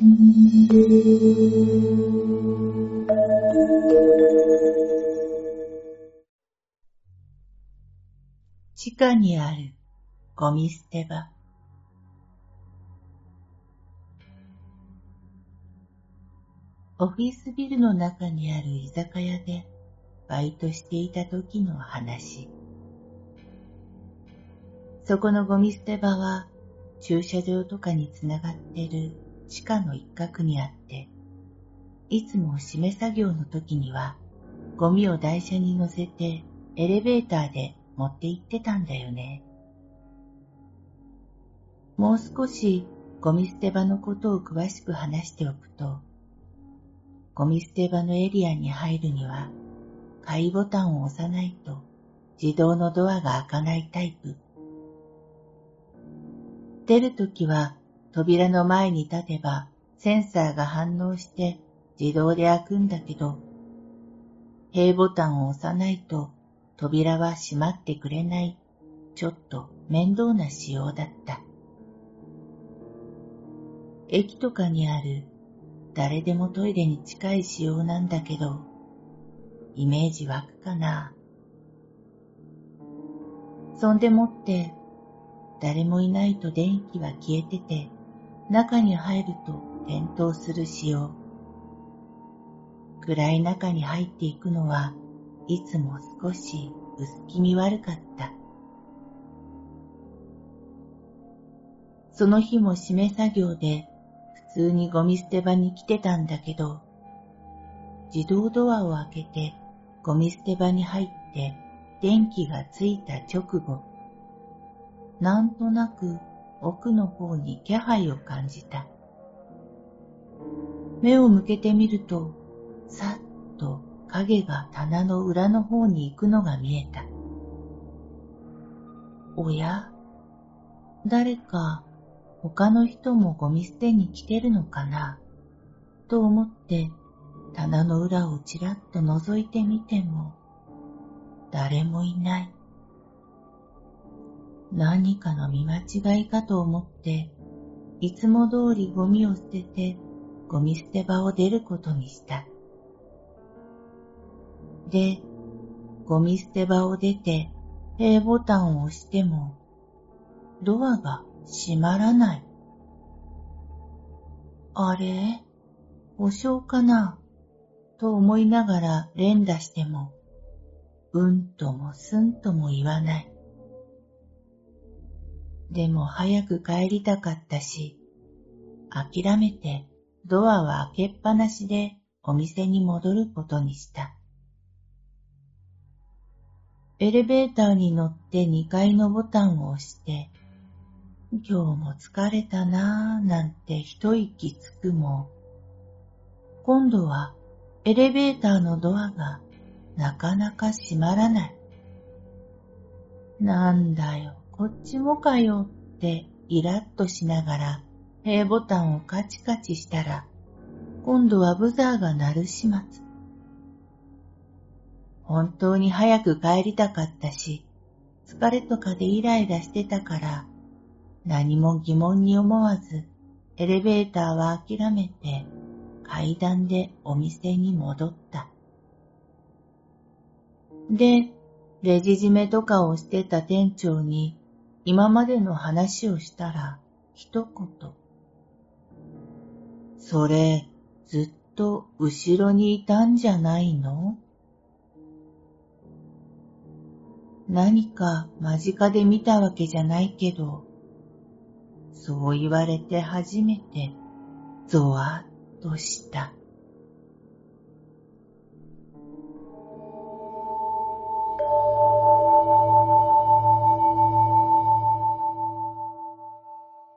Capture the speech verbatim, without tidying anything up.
地下にあるゴミ捨て場。オフィスビルの中にある居酒屋でバイトしていた時の話。そこのゴミ捨て場は駐車場とかにつながってる地下の一角にあって、いつも締め作業の時にはゴミを台車に乗せてエレベーターで持って行ってたんだよね。もう少しゴミ捨て場のことを詳しく話しておくと、ゴミ捨て場のエリアに入るには階ボタンを押さないと自動のドアが開かないタイプ。出るときは扉の前に立てばセンサーが反応して自動で開くんだけど、閉ボタンを押さないと扉は閉まってくれない、ちょっと面倒な仕様だった。駅とかにある誰でもトイレに近い仕様なんだけど、イメージ湧くかな。そんでもって誰もいないと電気は消えてて、中に入ると点灯する仕様。暗い中に入っていくのはいつも少し薄気味悪かった。その日も締め作業で普通にゴミ捨て場に来てたんだけど、自動ドアを開けてゴミ捨て場に入って電気がついた直後、なんとなく奥の方に気配を感じた。目を向けてみると、さっと影が棚の裏の方に行くのが見えた。おや、誰か他の人もゴミ捨てに来てるのかなと思って棚の裏をちらっと覗いてみても誰もいない。何かの見間違いかと思っていつも通りゴミを捨ててゴミ捨て場を出ることにした。で、ゴミ捨て場を出て閉ボタンを押してもドアが閉まらない。あれ？故障かなと思いながら連打しても、うんともすんとも言わない。でも早く帰りたかったし、諦めてドアは開けっぱなしでお店に戻ることにした。エレベーターに乗ってにかいのボタンを押して、今日も疲れたなぁなんて一息つくも、今度はエレベーターのドアがなかなか閉まらない。なんだよ、こっちもかよってイラッとしながら閉ボタンをカチカチしたら、今度はブザーが鳴る始末。本当に早く帰りたかったし、疲れとかでイライラしてたから、何も疑問に思わず、エレベーターは諦めて、階段でお店に戻った。で、レジ締めとかをしてた店長に、今までの話をしたら、一言。それ、ずっと後ろにいたんじゃないの？何か間近で見たわけじゃないけど、そう言われて初めてゾワッとした。